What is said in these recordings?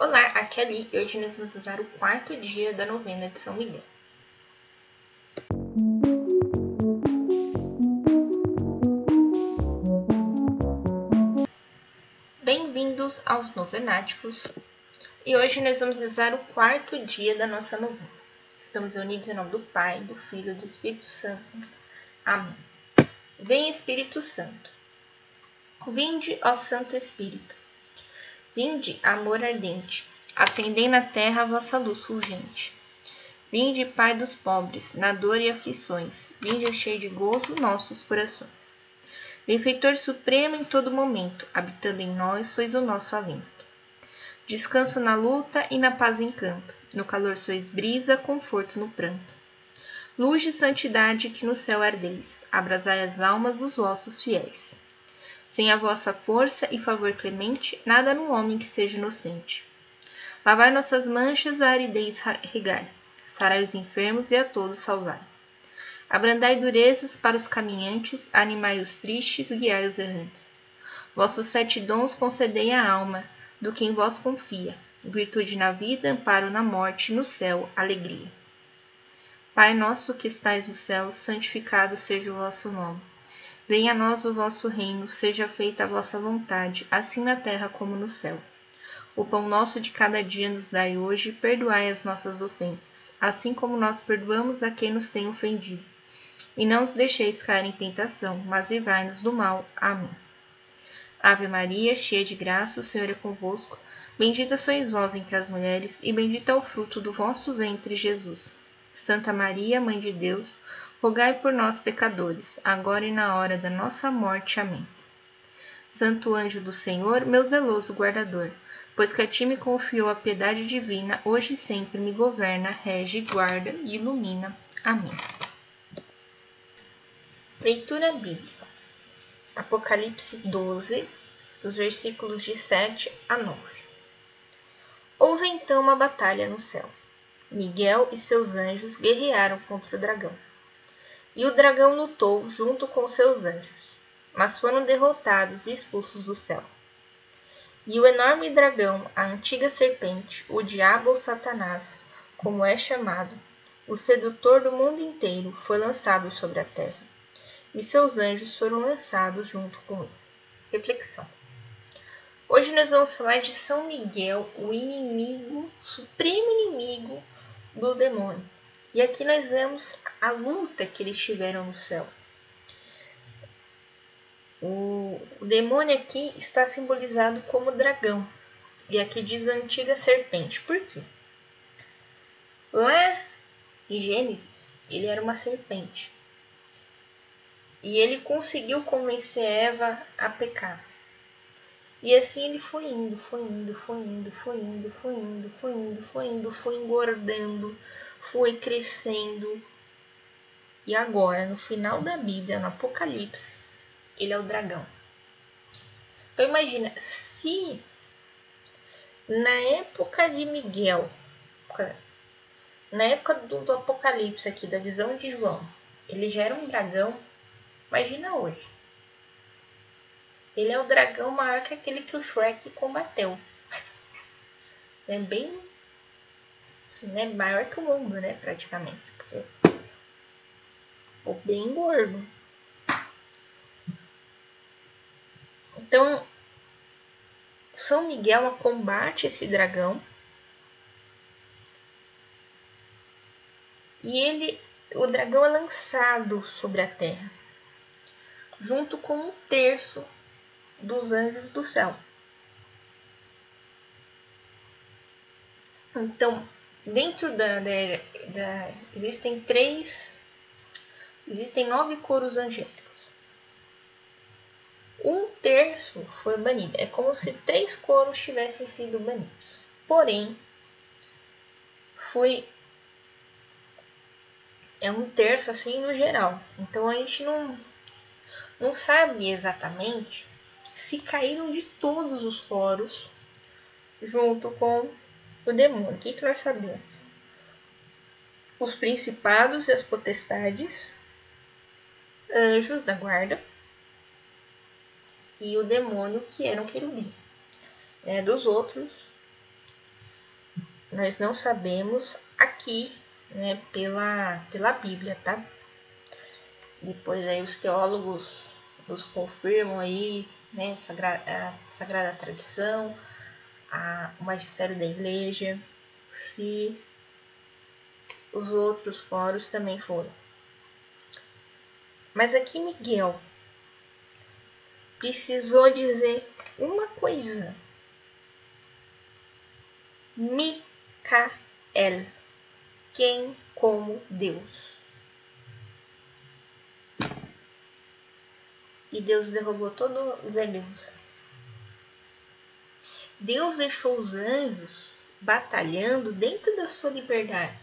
Olá, aqui é a Li e hoje nós vamos usar o quarto dia da novena de São Miguel. Bem-vindos aos Novenáticos e hoje nós vamos usar o quarto dia da nossa novena. Estamos unidos em nome do Pai, do Filho e do Espírito Santo. Amém. Vem Espírito Santo. Vinde, ó Santo Espírito. Vinde, amor ardente. Acendei na terra a vossa luz fulgente. Vinde, Pai dos pobres, na dor e aflições. Vinde encher de gozo nossos corações. Benfeitor supremo em todo momento, habitando em nós, sois o nosso alento. Descanso na luta e na paz encanto. No calor sois brisa, conforto no pranto. Luz de santidade que no céu ardeis, abrasai as almas dos vossos fiéis. Sem a vossa força e favor clemente, nada no homem que seja inocente. Lavai nossas manchas, a aridez regai. Sarai os enfermos e a todos salvai. Abrandai durezas para os caminhantes, animai os tristes, guiai os errantes. Vossos 7 dons concedei à alma, do que em vós confia, virtude na vida, amparo na morte, no céu, alegria. Pai nosso que estais no céu, santificado seja o vosso nome. Venha a nós o vosso reino, seja feita a vossa vontade, assim na terra como no céu. O pão nosso de cada dia nos dai hoje, perdoai as nossas ofensas, assim como nós perdoamos a quem nos tem ofendido. E não os deixeis cair em tentação, mas livrai-nos do mal. Amém. Ave Maria, cheia de graça, o Senhor é convosco. Bendita sois vós entre as mulheres, e bendito é o fruto do vosso ventre, Jesus. Santa Maria, Mãe de Deus, rogai por nós, pecadores, agora e na hora da nossa morte. Amém. Santo anjo do Senhor, meu zeloso guardador, pois que a ti me confiou a piedade divina, hoje e sempre me governa, rege, guarda e ilumina. Amém. Leitura bíblica. Apocalipse 12, dos versículos de 7 a 9. Houve então uma batalha no céu. Miguel e seus anjos guerrearam contra o dragão. E o dragão lutou junto com seus anjos, mas foram derrotados e expulsos do céu. E o enorme dragão, a antiga serpente, o diabo ou Satanás, como é chamado, o sedutor do mundo inteiro, foi lançado sobre a terra, e seus anjos foram lançados junto com ele. Reflexão. Hoje nós vamos falar de São Miguel, o inimigo, supremo inimigo do demônio. E aqui nós vemos a luta que eles tiveram no céu. O demônio aqui está simbolizado como dragão. E aqui diz a antiga serpente. Por quê? Lá em Gênesis, ele era uma serpente. E ele conseguiu convencer Eva a pecar. E assim ele foi indo, foi engordando, foi crescendo. E agora, no final da Bíblia, no Apocalipse, ele é o dragão. Então imagina, se na época de Miguel, na época do Apocalipse aqui, da visão de João, ele já era um dragão, imagina hoje. Ele é o dragão maior que aquele que o Shrek combateu. É bem, assim, né, maior que o mundo, né, praticamente. Porque é bem gordo. Então, São Miguel combate esse dragão. E o dragão é lançado sobre a terra, junto com 1/3 dos anjos do céu. Então, dentro existem 9 coros angélicos. 1/3 foi banido. É como se 3 coros tivessem sido banidos. Porém, é 1/3 assim no geral. Então a gente não sabe exatamente se caíram de todos os coros junto com o demônio. O que nós sabemos? Os principados e as potestades, anjos da guarda e o demônio que era um querubim. Dos outros, nós não sabemos aqui, né, pela Bíblia, tá? Depois aí os teólogos nos confirmam aí, né, a Sagrada Tradição, o magistério da Igreja, se os outros foros também foram. Mas aqui Miguel precisou dizer uma coisa. Micael, quem como Deus. E Deus derrubou todos os anjos do céu. Deus deixou os anjos batalhando dentro da sua liberdade.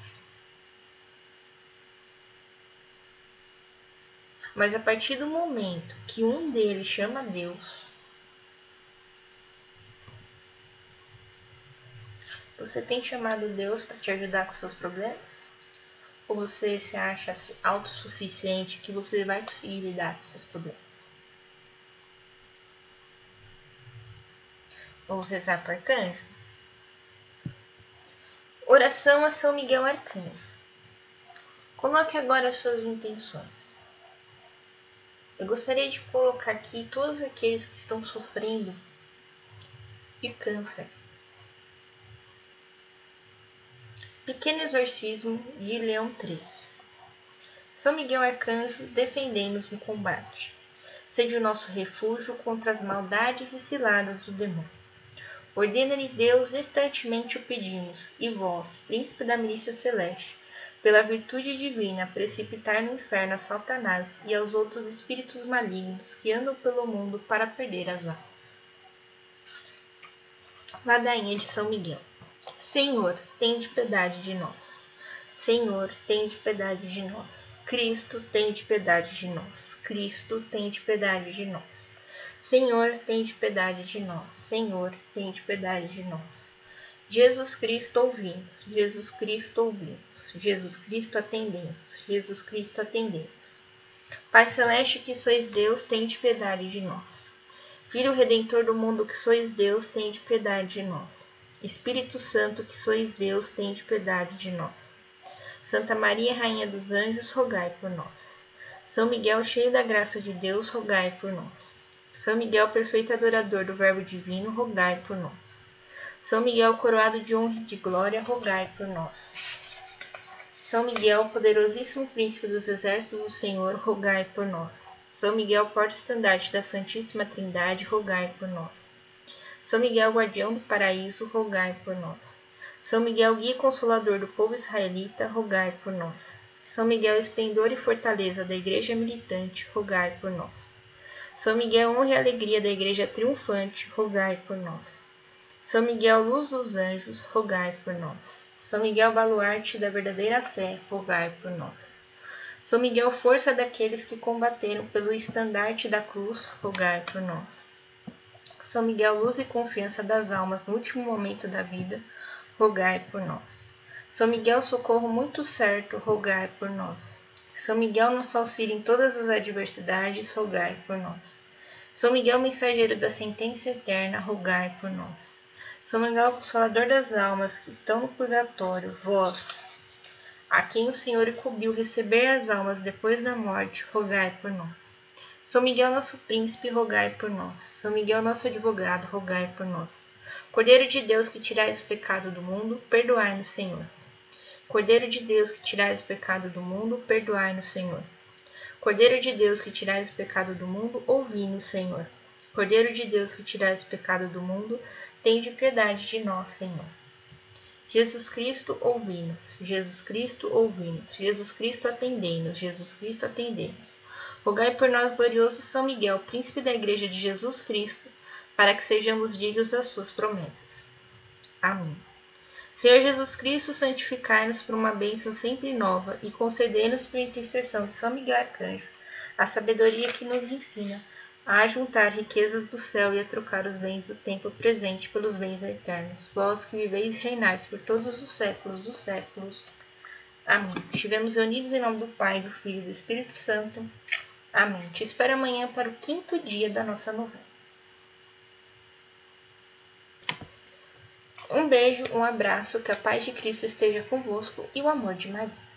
Mas a partir do momento que um deles chama Deus, você tem chamado Deus para te ajudar com seus problemas? Ou você se acha autossuficiente que você vai conseguir lidar com seus problemas? Vamos rezar para o arcanjo? Oração a São Miguel Arcanjo. Coloque agora as suas intenções. Eu gostaria de colocar aqui todos aqueles que estão sofrendo de câncer. Pequeno exorcismo de Leão XIII. São Miguel Arcanjo, defendei-nos no combate. Sede o nosso refúgio contra as maldades e ciladas do demônio. Ordena-lhe Deus, instantemente o pedimos, e vós, príncipe da milícia celeste, pela virtude divina, precipitar no inferno a Satanás e aos outros espíritos malignos que andam pelo mundo para perder as almas. Ladainha de São Miguel. Senhor, tende piedade de nós. Senhor, tende piedade de nós. Cristo, tende piedade de nós. Cristo, tende piedade de nós. Senhor, tende piedade de nós. Senhor, tende piedade de nós. Jesus Cristo, ouvimos. Jesus Cristo, ouvimos. Jesus Cristo, atendemos. Jesus Cristo, atendemos. Pai Celeste, que sois Deus, tende piedade de nós. Filho Redentor do mundo, que sois Deus, tende piedade de nós. Espírito Santo, que sois Deus, tende piedade de nós. Santa Maria, Rainha dos Anjos, rogai por nós. São Miguel, cheio da graça de Deus, rogai por nós. São Miguel, perfeito adorador do Verbo Divino, rogai por nós. São Miguel, coroado de honra e de glória, rogai por nós. São Miguel, poderosíssimo príncipe dos exércitos do Senhor, rogai por nós. São Miguel, porta-estandarte da Santíssima Trindade, rogai por nós. São Miguel, guardião do paraíso, rogai por nós. São Miguel, guia e consolador do povo israelita, rogai por nós. São Miguel, esplendor e fortaleza da Igreja militante, rogai por nós. São Miguel, honra e alegria da Igreja triunfante, rogai por nós. São Miguel, luz dos anjos, rogai por nós. São Miguel, baluarte da verdadeira fé, rogai por nós. São Miguel, força daqueles que combateram pelo estandarte da cruz, rogai por nós. São Miguel, luz e confiança das almas no último momento da vida, rogai por nós. São Miguel, socorro muito certo, rogai por nós. São Miguel, nosso auxílio em todas as adversidades, rogai por nós. São Miguel, mensageiro da sentença eterna, rogai por nós. São Miguel, consolador das almas que estão no purgatório, vós, a quem o Senhor incumbiu receber as almas depois da morte, rogai por nós. São Miguel, nosso príncipe, rogai por nós. São Miguel, nosso advogado, rogai por nós. Cordeiro de Deus, que tirais o pecado do mundo, perdoai-nos, Senhor. Cordeiro de Deus, que tirais o pecado do mundo, perdoai-nos, Senhor. Cordeiro de Deus, que tirais o pecado do mundo, ouvi-nos, Senhor. Cordeiro de Deus, que tirais o pecado do mundo, tende piedade de nós, Senhor. Jesus Cristo, ouvi-nos. Jesus Cristo, ouvi-nos. Jesus Cristo, atendei-nos. Jesus Cristo, atendei-nos. Rogai por nós, glorioso São Miguel, príncipe da Igreja de Jesus Cristo, para que sejamos dignos das suas promessas. Amém. Senhor Jesus Cristo, santificai-nos por uma bênção sempre nova e concedei-nos por intercessão de São Miguel Arcanjo a sabedoria que nos ensina a juntar riquezas do céu e a trocar os bens do tempo presente pelos bens eternos. Vós que viveis e reinais por todos os séculos dos séculos. Amém. Estivemos reunidos em nome do Pai, do Filho e do Espírito Santo. Amém. Te espero amanhã para o 5º dia da nossa novena. Um beijo, um abraço, que a paz de Cristo esteja convosco e o amor de Maria.